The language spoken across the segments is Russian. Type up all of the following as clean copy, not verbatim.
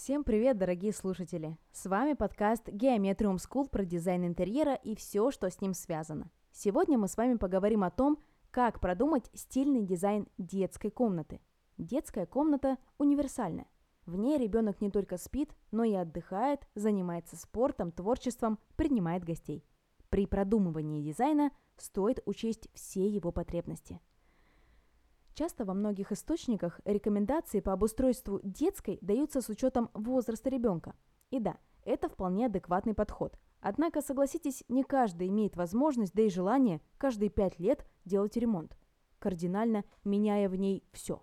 Всем привет, дорогие слушатели! С вами подкаст Geometrium School про дизайн интерьера и все, что с ним связано. Сегодня мы с вами поговорим о том, как продумать стильный дизайн детской комнаты. Детская комната универсальная. В ней ребенок не только спит, но и отдыхает, занимается спортом, творчеством, принимает гостей. При продумывании дизайна стоит учесть все его потребности. Часто во многих источниках рекомендации по обустройству детской даются с учетом возраста ребенка. И да, это вполне адекватный подход. Однако, согласитесь, не каждый имеет возможность, да и желание каждые 5 лет делать ремонт, кардинально меняя в ней все.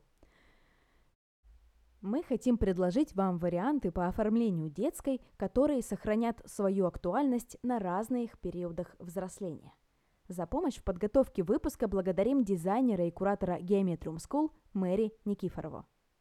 Мы хотим предложить вам варианты по оформлению детской, которые сохранят свою актуальность на разных периодах взросления. За помощь в подготовке выпуска благодарим дизайнера и куратора Geometrium School Мэри Никифорову.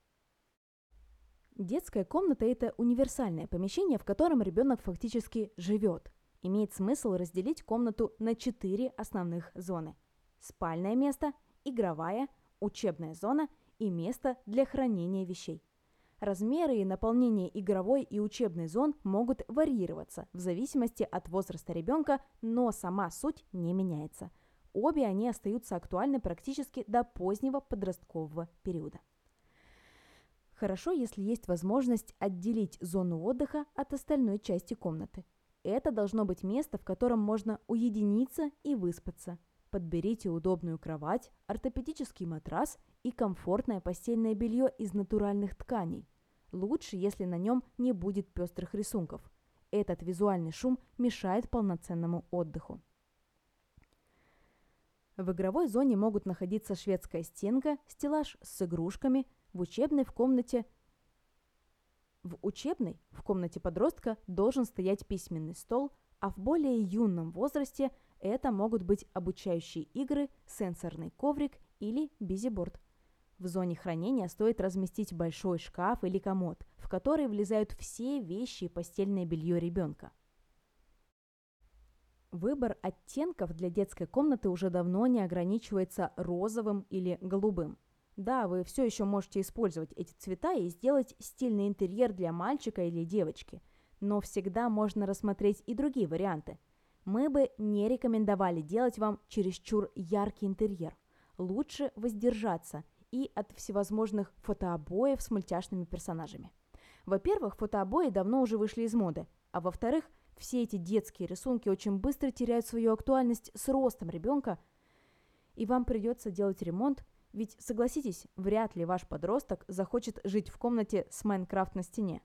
Детская комната – это универсальное помещение, в котором ребенок фактически живет. Имеет смысл разделить комнату на 4 основных зоны: спальное место, игровая, учебная зона и место для хранения вещей. Размеры и наполнение игровой и учебной зон могут варьироваться в зависимости от возраста ребенка, но сама суть не меняется. Обе они остаются актуальны практически до позднего подросткового периода. Хорошо, если есть возможность отделить зону отдыха от остальной части комнаты. Это должно быть место, в котором можно уединиться и выспаться. Подберите удобную кровать, ортопедический матрас и комфортное постельное белье из натуральных тканей. Лучше, если на нем не будет пестрых рисунков. Этот визуальный шум мешает полноценному отдыху. В игровой зоне могут находиться шведская стенка, стеллаж с игрушками. В учебной в комнате подростка должен стоять письменный стол, а в более юном возрасте это могут быть обучающие игры, сенсорный коврик или бизиборд. В зоне хранения стоит разместить большой шкаф или комод, в который влезают все вещи и постельное белье ребенка. Выбор оттенков для детской комнаты уже давно не ограничивается розовым или голубым. Да, вы все еще можете использовать эти цвета и сделать стильный интерьер для мальчика или девочки, но всегда можно рассмотреть и другие варианты. Мы бы не рекомендовали делать вам чересчур яркий интерьер. Лучше воздержаться и от всевозможных фотообоев с мультяшными персонажами. Во-первых, фотообои давно уже вышли из моды, а во-вторых, все эти детские рисунки очень быстро теряют свою актуальность с ростом ребенка, и вам придется делать ремонт, ведь, согласитесь, вряд ли ваш подросток захочет жить в комнате с Майнкрафт на стене.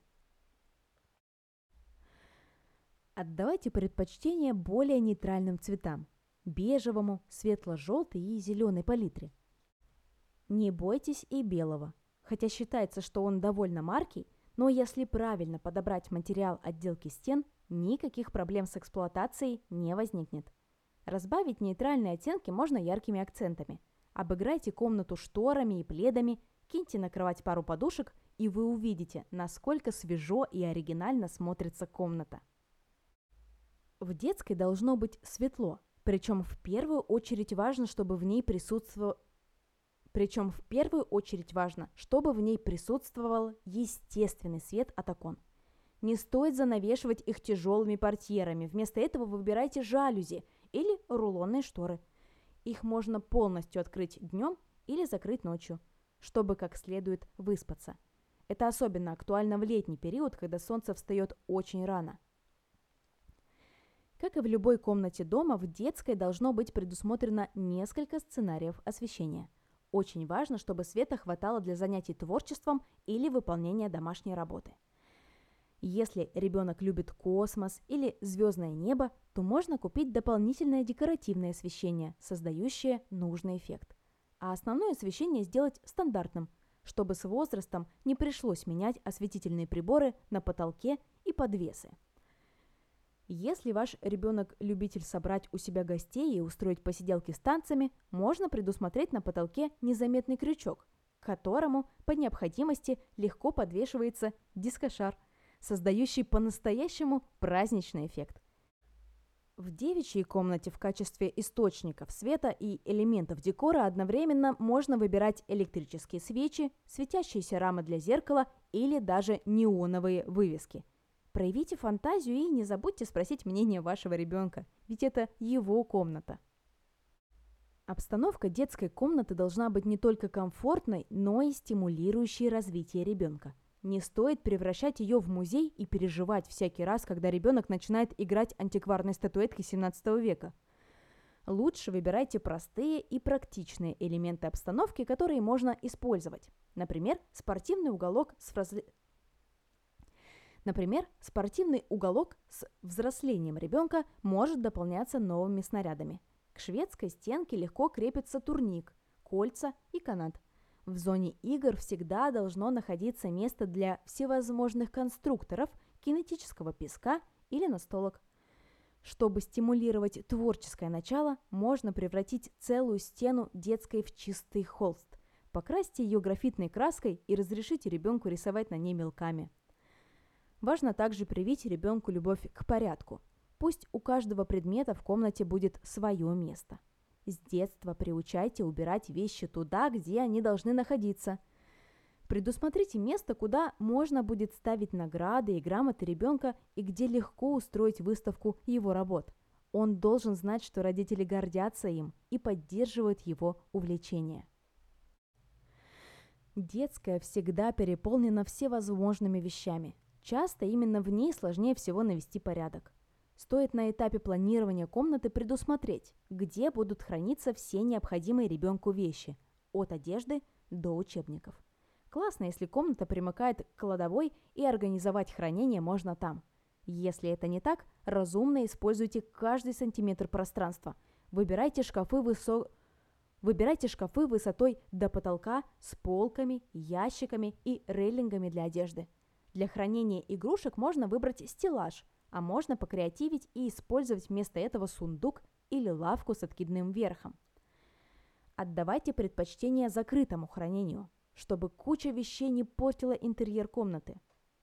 Отдавайте предпочтение более нейтральным цветам – бежевому, светло-желтой и зеленой палитре. Не бойтесь и белого, хотя считается, что он довольно маркий, но если правильно подобрать материал отделки стен, никаких проблем с эксплуатацией не возникнет. Разбавить нейтральные оттенки можно яркими акцентами. Обыграйте комнату шторами и пледами, киньте на кровать пару подушек, и вы увидите, насколько свежо и оригинально смотрится комната. В детской должно быть светло, причем в первую очередь важно, чтобы в ней присутствовал естественный свет от окон. Не стоит занавешивать их тяжелыми портьерами, вместо этого выбирайте жалюзи или рулонные шторы. Их можно полностью открыть днем или закрыть ночью, чтобы как следует выспаться. Это особенно актуально в летний период, когда солнце встает очень рано. Как и в любой комнате дома, в детской должно быть предусмотрено несколько сценариев освещения. Очень важно, чтобы света хватало для занятий творчеством или выполнения домашней работы. Если ребенок любит космос или звездное небо, то можно купить дополнительное декоративное освещение, создающее нужный эффект. А основное освещение сделать стандартным, чтобы с возрастом не пришлось менять осветительные приборы на потолке и подвесы. Если ваш ребенок любитель собрать у себя гостей и устроить посиделки с танцами, можно предусмотреть на потолке незаметный крючок, к которому по необходимости легко подвешивается дискошар, создающий по-настоящему праздничный эффект. В девичьей комнате в качестве источников света и элементов декора одновременно можно выбирать электрические свечи, светящиеся рамы для зеркала или даже неоновые вывески. Проявите фантазию и не забудьте спросить мнение вашего ребенка, ведь это его комната. Обстановка детской комнаты должна быть не только комфортной, но и стимулирующей развитие ребенка. Не стоит превращать ее в музей и переживать всякий раз, когда ребенок начинает играть антикварной статуэткой 17 века. Лучше выбирайте простые и практичные элементы обстановки, которые можно использовать. Например, спортивный уголок с взрослением ребенка может дополняться новыми снарядами. К шведской стенке легко крепится турник, кольца и канат. В зоне игр всегда должно находиться место для всевозможных конструкторов, кинетического песка или настолок. Чтобы стимулировать творческое начало, можно превратить целую стену детской в чистый холст. Покрасьте ее графитной краской и разрешите ребенку рисовать на ней мелками. Важно также привить ребенку любовь к порядку. Пусть у каждого предмета в комнате будет свое место. С детства приучайте убирать вещи туда, где они должны находиться. Предусмотрите место, куда можно будет ставить награды и грамоты ребенка и где легко устроить выставку его работ. Он должен знать, что родители гордятся им и поддерживают его увлечения. Детская всегда переполнена всевозможными вещами. Часто именно в ней сложнее всего навести порядок. Стоит на этапе планирования комнаты предусмотреть, где будут храниться все необходимые ребенку вещи, от одежды до учебников. Классно, если комната примыкает к кладовой и организовать хранение можно там. Если это не так, разумно используйте каждый сантиметр пространства. Выбирайте шкафы высотой до потолка с полками, ящиками и рейлингами для одежды. Для хранения игрушек можно выбрать стеллаж, а можно покреативить и использовать вместо этого сундук или лавку с откидным верхом. Отдавайте предпочтение закрытому хранению, чтобы куча вещей не портила интерьер комнаты.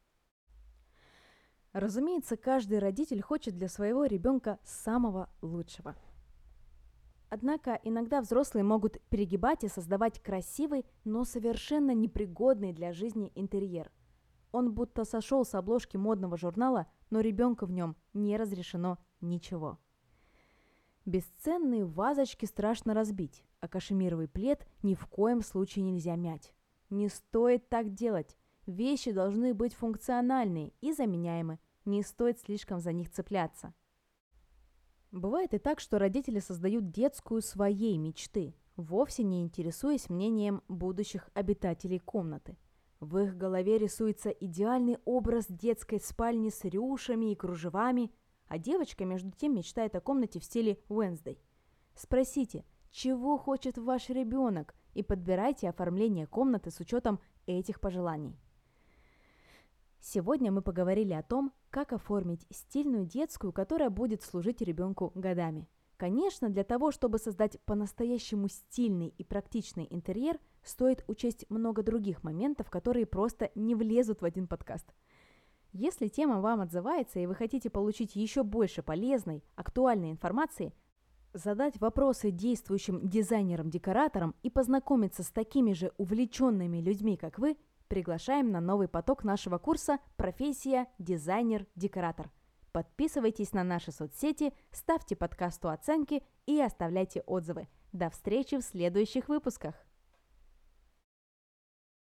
Разумеется, каждый родитель хочет для своего ребенка самого лучшего. Однако иногда взрослые могут перегибать и создавать красивый, но совершенно непригодный для жизни интерьер. Он будто сошел с обложки модного журнала, но ребенку в нем не разрешено ничего. Бесценные вазочки страшно разбить, а кашемировый плед ни в коем случае нельзя мять. Не стоит так делать. Вещи должны быть функциональные и заменяемы. Не стоит слишком за них цепляться. Бывает и так, что родители создают детскую своей мечты, вовсе не интересуясь мнением будущих обитателей комнаты. В их голове рисуется идеальный образ детской спальни с рюшами и кружевами, а девочка, между тем, мечтает о комнате в стиле Уэнсдей. Спросите, чего хочет ваш ребенок, и подбирайте оформление комнаты с учетом этих пожеланий. Сегодня мы поговорили о том, как оформить стильную детскую, которая будет служить ребенку годами. Конечно, для того, чтобы создать по-настоящему стильный и практичный интерьер, стоит учесть много других моментов, которые просто не влезут в один подкаст. Если тема вам отзывается и вы хотите получить еще больше полезной, актуальной информации, задать вопросы действующим дизайнерам-декораторам и познакомиться с такими же увлеченными людьми, как вы, приглашаем на новый поток нашего курса «Профессия дизайнер-декоратор». Подписывайтесь на наши соцсети, ставьте подкасту оценки и оставляйте отзывы. До встречи в следующих выпусках!